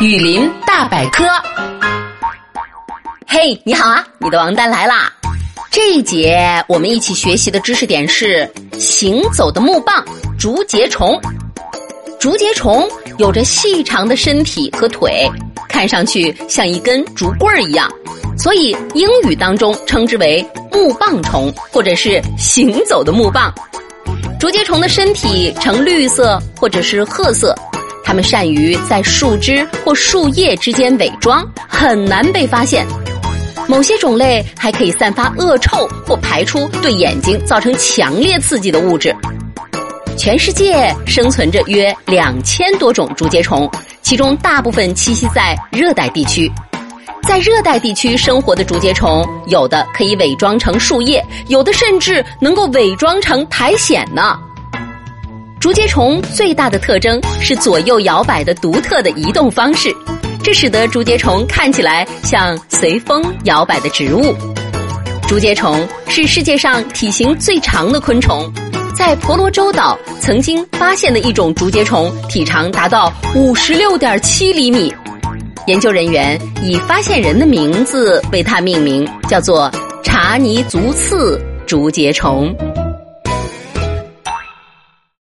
雨林大百科。 嘿，你好啊，你的王丹来啦！这一节我们一起学习的知识点是行走的木棒——竹节虫。竹节虫有着细长的身体和腿，看上去像一根竹棍一样，所以英语当中称之为木棒虫，或者是行走的木棒。竹节虫的身体呈绿色或者是褐色，它们善于在树枝或树叶之间伪装，很难被发现。某些种类还可以散发恶臭或排出对眼睛造成强烈刺激的物质。全世界生存着约2000多种竹节虫，其中大部分栖息在热带地区。在热带地区生活的竹节虫，有的可以伪装成树叶，有的甚至能够伪装成苔藓呢。竹节虫最大的特征是左右摇摆的独特的移动方式，这使得竹节虫看起来像随风摇摆的植物。竹节虫是世界上体型最长的昆虫，在婆罗洲岛曾经发现的一种竹节虫体长达到56.7厘米。研究人员以发现人的名字为它命名，叫做查尼足刺竹节虫。